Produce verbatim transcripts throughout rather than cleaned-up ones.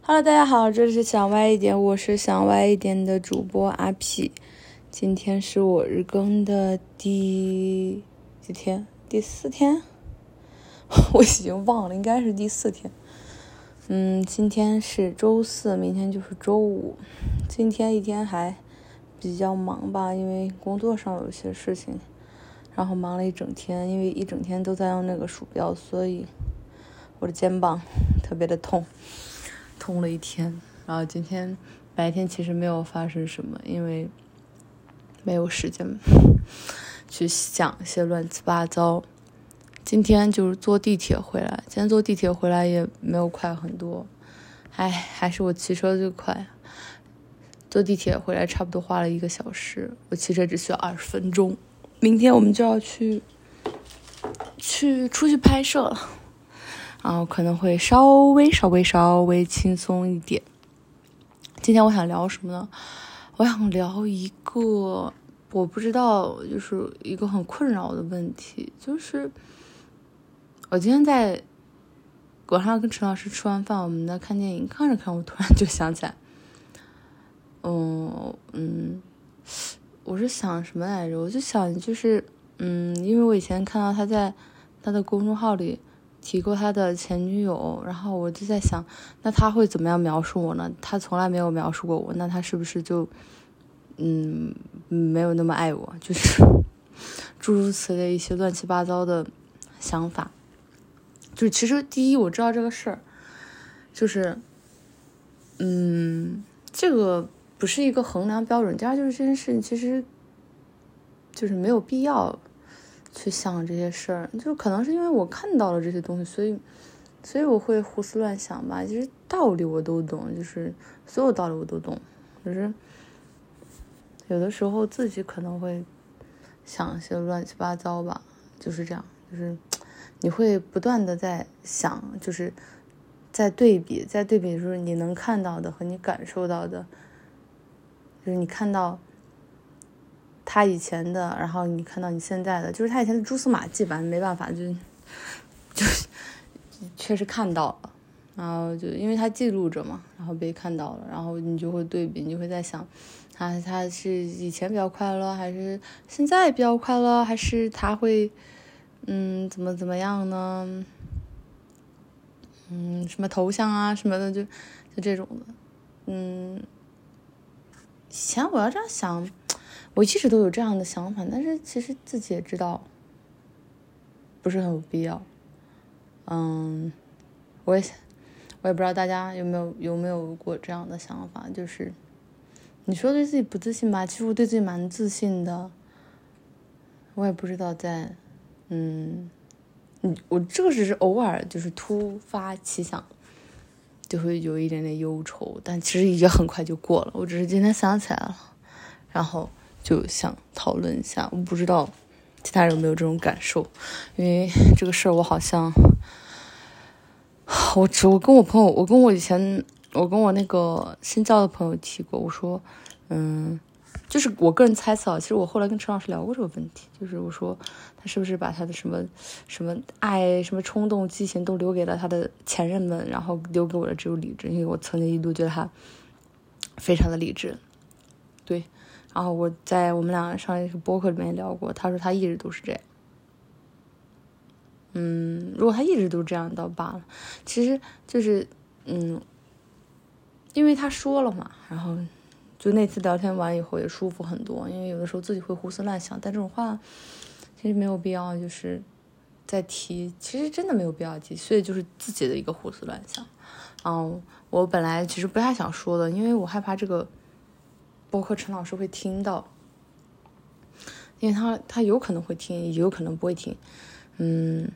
Hello， 大家好，这里是想歪一点，我是想歪一点的主播阿 P。今天是我日更的第几天？第四天？我已经忘了，应该是第四天。嗯，今天是周四，明天就是周五。今天一天还比较忙吧，因为工作上有些事情，然后忙了一整天，因为一整天都在用那个鼠标，所以我的肩膀特别的痛。痛了一天，然后今天白天其实没有发生什么，因为没有时间去想一些乱七八糟。今天就是坐地铁回来，今天坐地铁回来也没有快很多，哎，还是我骑车最快。坐地铁回来差不多花了一个小时，我骑车只需要二十分钟。明天我们就要去去出去拍摄了。然后可能会稍微稍微稍微轻松一点。今天我想聊什么呢？我想聊一个我不知道，就是一个很困扰的问题，就是我今天在晚上跟陈老师吃完饭，我们在看电影，看着看我突然就想起来，嗯嗯，我是想什么来着？我就想就是嗯，因为我以前看到他在他的公众号里提过他的前女友，然后我就在想，那他会怎么样描述我呢？他从来没有描述过我，那他是不是就嗯没有那么爱我？就是诸如此类一些乱七八糟的想法。就是其实第一我知道这个事儿，就是嗯这个不是一个衡量标准。第二就是这件事情其实就是没有必要去想这些事儿，就可能是因为我看到了这些东西，所以所以我会胡思乱想吧。其实道理我都懂，就是所有道理我都懂，可是有的时候自己可能会想一些乱七八糟吧，就是这样，就是你会不断的在想，就是在对比，在对比就是你能看到的和你感受到的，就是你看到他以前的，然后你看到你现在的，就是他以前的蛛丝马迹吧，没办法，就就确实看到了，然后就因为他记录着嘛，然后被看到了，然后你就会对比，你就会在想，他他是以前比较快乐，还是现在比较快乐，还是他会嗯怎么怎么样呢？嗯，什么头像啊什么的，就就这种的，嗯，以前我要这样想。我一直都有这样的想法，但是其实自己也知道不是很有必要。嗯，我也我也不知道大家有没有有没有过这样的想法，就是你说对自己不自信吧，其实我对自己蛮自信的。我也不知道在嗯嗯，我这个只是偶尔就是突发奇想，就会有一点点忧愁，但其实也很快就过了。我只是今天想起来了，然后就想讨论一下，我不知道其他人有没有这种感受，因为这个事儿我好像，我只我跟我朋友，我跟我以前我跟我那个新交的朋友提过，我说，嗯，就是我个人猜测，其实我后来跟陈老师聊过这个问题，就是我说他是不是把他的什么什么爱、什么冲动、激情都留给了他的前任们，然后留给我的只有理智，因为我曾经一度觉得他非常的理智，对。然后我在我们俩上一个播客里面聊过，他说他一直都是这样。嗯，如果他一直都这样倒罢了，其实就是嗯，因为他说了嘛，然后就那次聊天完以后也舒服很多，因为有的时候自己会胡思乱想，但这种话其实没有必要就是再提，其实真的没有必要提，所以就是自己的一个胡思乱想。嗯，我本来其实不太想说的，因为我害怕这个包括陈老师会听到，因为他他有可能会听，也有可能不会听，嗯，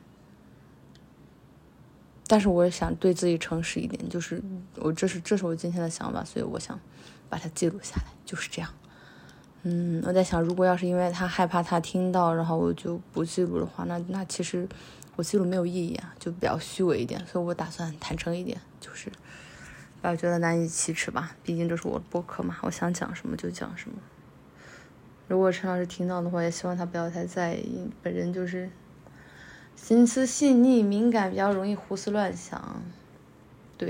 但是我也想对自己诚实一点，就是我这是这是我今天的想法，所以我想把它记录下来，就是这样。嗯，我在想，如果要是因为他害怕他听到，然后我就不记录的话，那那其实我记录没有意义啊，就比较虚伪一点，所以我打算坦诚一点，就是不要觉得难以启齿吧，毕竟这是我的播客嘛，我想讲什么就讲什么。如果陈老师听到的话，也希望他不要太在意，本人就是心思细腻敏感，比较容易胡思乱想，对，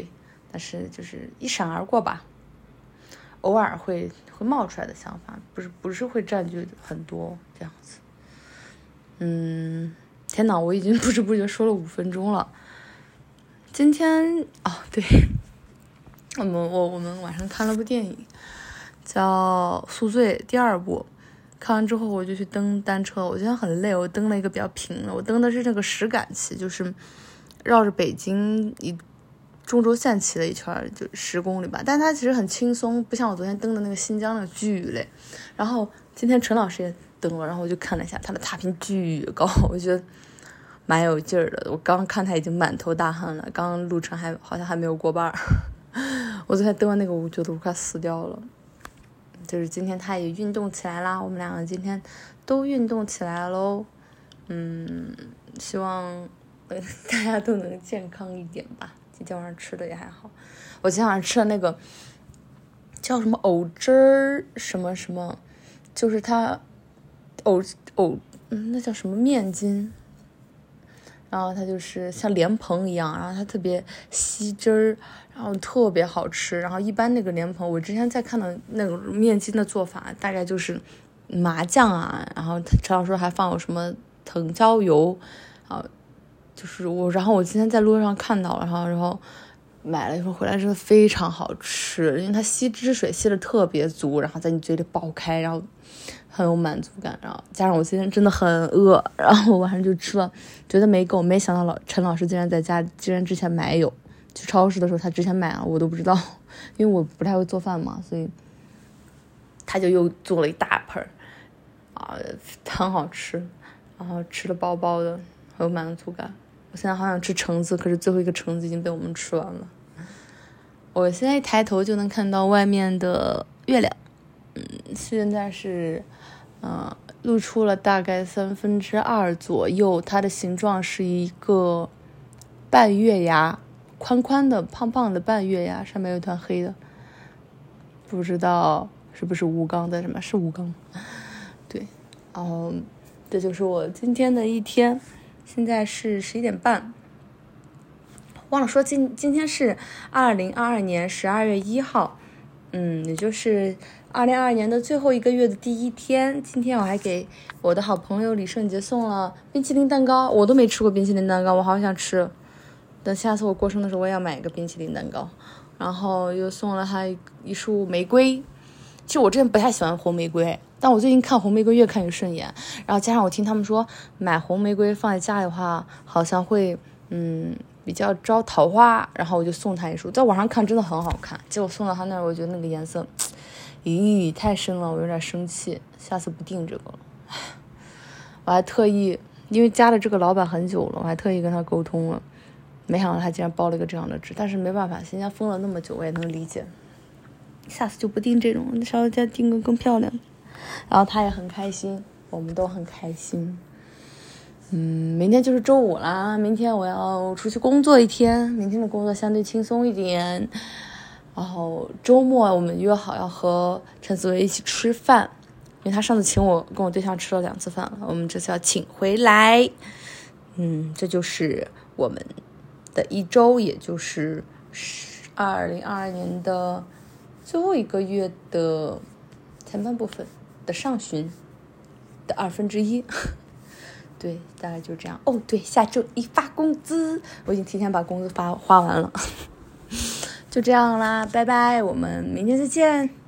但是就是一闪而过吧，偶尔会会冒出来的想法，不是不是会占据很多这样子。嗯，天哪，我已经不知不觉说了五分钟了。今天哦，对，我们我我们晚上看了部电影，叫《宿醉》第二部。看完之后我就去蹬单车，我今天很累，我蹬了一个比较平的，我蹬的是那个实感骑，就是绕着北京一中轴线骑了一圈，就十公里吧，但它其实很轻松，不像我昨天蹬的那个新疆那个巨累。然后今天陈老师也蹬了，然后我就看了一下他的踏频巨高，我觉得蛮有劲儿的。我刚看他已经满头大汗了，刚路程还好像还没有过半。我昨天蹬完那个我觉得我快死掉了。就是今天他也运动起来啦，我们两个今天都运动起来喽。嗯，希望、呃、大家都能健康一点吧。今天晚上吃的也还好，我今天晚上吃的那个叫什么藕汁儿什么什么，就是它藕藕嗯那叫什么面筋，然后它就是像莲蓬一样，然后它特别吸汁儿，然后特别好吃。然后一般那个莲蓬，我之前在看的那个面筋的做法，大概就是麻酱啊，然后陈老师还放有什么藤椒油啊，就是我，然后我今天在路上看到了，然后然后买了一份回来，真的非常好吃，因为它吸汁水吸的特别足，然后在你嘴里爆开，然后很有满足感，然后加上我今天真的很饿，然后我晚上就吃了，觉得没够，没想到老陈老师竟然在家，竟然之前买有，去超市的时候他之前买了，我都不知道，因为我不太会做饭嘛，所以他就又做了一大盆啊，很好吃，然后吃的饱饱的，很有满足感。我现在好想吃橙子，可是最后一个橙子已经被我们吃完了。我现在一抬头就能看到外面的月亮，嗯，现在是呃露出了大概三分之二左右，它的形状是一个半月牙，宽宽的胖胖的半月牙，上面有一团黑的，不知道是不是吴刚的，什么是吴刚？对，然后这就是我今天的一天。现在是十一点半，忘了说今今天是二零二二年十二月一号，嗯，也就是二零二二年的最后一个月的第一天。今天我还给我的好朋友李圣杰送了冰淇淋蛋糕，我都没吃过冰淇淋蛋糕，我好想吃。等下次我过生的时候，我也要买一个冰淇淋蛋糕。然后又送了他一束玫瑰，其实我之前不太喜欢红玫瑰。但我最近看红玫瑰越看越顺眼，然后加上我听他们说买红玫瑰放在家里的话好像会嗯比较招桃花，然后我就送他一束，在网上看真的很好看，结果送到他那儿我觉得那个颜色咦太深了，我有点生气，下次不订这个了。我还特意因为加了这个老板很久了，我还特意跟他沟通了，没想到他竟然包了一个这样的纸，但是没办法，新疆封了那么久我也能理解，下次就不订这种，稍微再订个更漂亮的。然后他也很开心，我们都很开心。嗯，明天就是周五啦，明天我要出去工作一天，明天的工作相对轻松一点。然后周末我们约好要和陈子薇一起吃饭，因为他上次请我跟我对象吃了两次饭了，我们这次要请回来。嗯，这就是我们的一周，也就是二零二二年的最后一个月的前半部分的上旬的二分之一，对，大概就这样。哦，对，下周一发工资，我已经提前把工资发花完了，就这样啦，拜拜，我们明天再见。